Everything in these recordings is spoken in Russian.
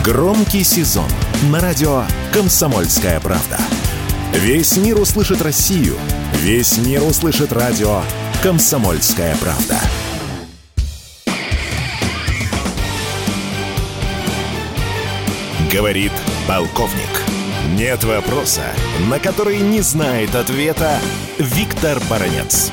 Громкий сезон на радио «Комсомольская правда». Весь мир услышит Россию. Весь мир услышит радио «Комсомольская правда». Говорит полковник. Нет вопроса, на который не знает ответа Виктор Баранец.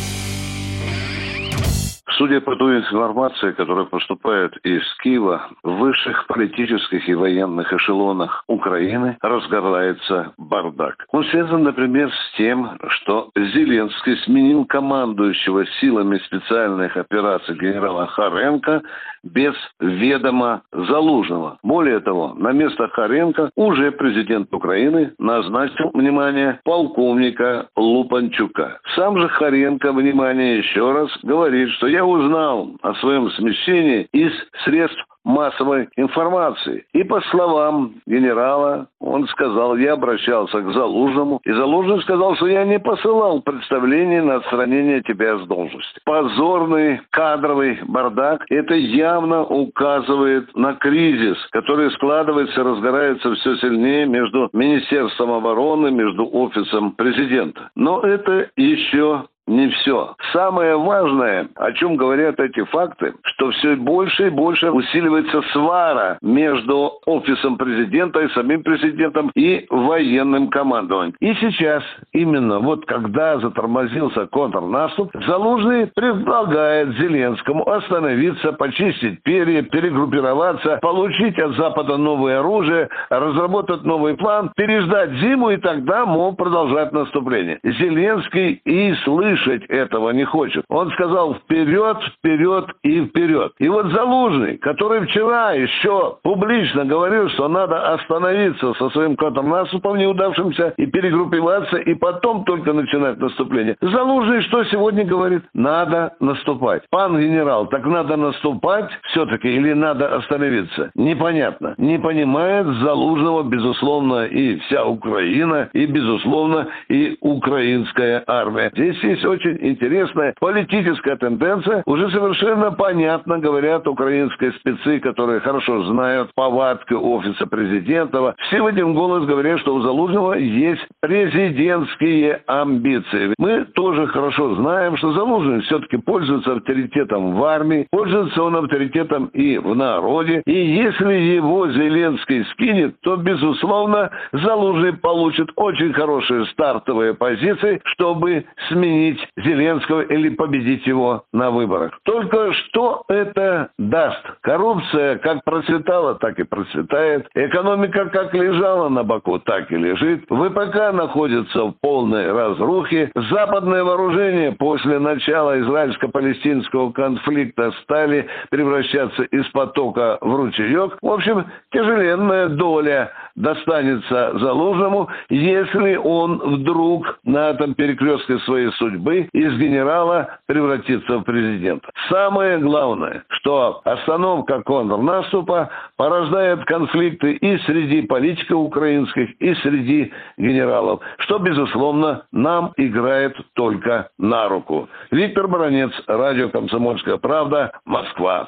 Судя по той информации, которая поступает из Киева, в высших политических и военных эшелонах Украины разгорается бардак. Он связан, например, с тем, что Зеленский сменил командующего силами специальных операций генерала Хоренко без ведома Залужного. Более того, на место Хоренко уже президент Украины назначил, внимание, полковника Лупанчука. Сам же Хоренко, внимание, еще раз говорит, что я узнал о своем смещении из средств массовой информации. И по словам генерала, он сказал, я обращался к Залужному, и Залужный сказал, что я не посылал представление на отстранение тебя с должности. Позорный кадровый бардак. Это явно указывает на кризис, который складывается, разгорается все сильнее между Министерством обороны, между офисом президента. Но это еще не все. Самое важное, о чем говорят эти факты, что все больше и больше усиливается свара между офисом президента и самим президентом и военным командованием. И сейчас, именно вот когда затормозился контрнаступ, Залужный предлагает Зеленскому остановиться, почистить перья, перегруппироваться, получить от Запада новое оружие, разработать новый план, переждать зиму и тогда, мол, продолжать наступление. Зеленский и слышит этого не хочет. Он сказал вперед, вперед и вперед. И вот Залужный, который вчера еще публично говорил, что надо остановиться со своим контрнаступом неудавшимся и перегруппироваться, и потом только начинать наступление. Залужный что сегодня говорит? Надо наступать. Пан генерал, так надо наступать все-таки или надо остановиться? Непонятно. Не понимает Залужного, безусловно, и вся Украина, и, безусловно, и украинская армия. Здесь есть очень интересная политическая тенденция. Уже совершенно понятно, говорят украинские спецы, которые хорошо знают повадки офиса президента. Все в один голос говорят, что у Залужного есть президентские амбиции. Мы тоже хорошо знаем, что Залужный все-таки пользуется авторитетом в армии, пользуется он авторитетом и в народе. И если его Зеленский скинет, то, безусловно, Залужный получит очень хорошие стартовые позиции, чтобы сменить Зеленского или победить его на выборах. Только что это даст? Коррупция как процветала, так и процветает. Экономика как лежала на боку, так и лежит. ВПК находится в полной разрухе. Западные вооружения после начала израильско-палестинского конфликта стали превращаться из потока в ручеек. В общем, тяжеленная доля достанется Залужному, если он вдруг на этом перекрестке своей судьбы из генерала превратится в президента. Самое главное, что остановка контрнаступа порождает конфликты и среди политиков украинских, и среди генералов, что, безусловно, нам играет только на руку. Виктор Баранец, радио «Комсомольская правда», Москва.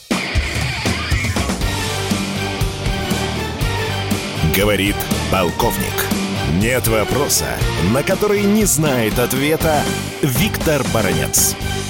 Говорит полковник. Нет вопроса, на который не знает ответа Виктор Баранец.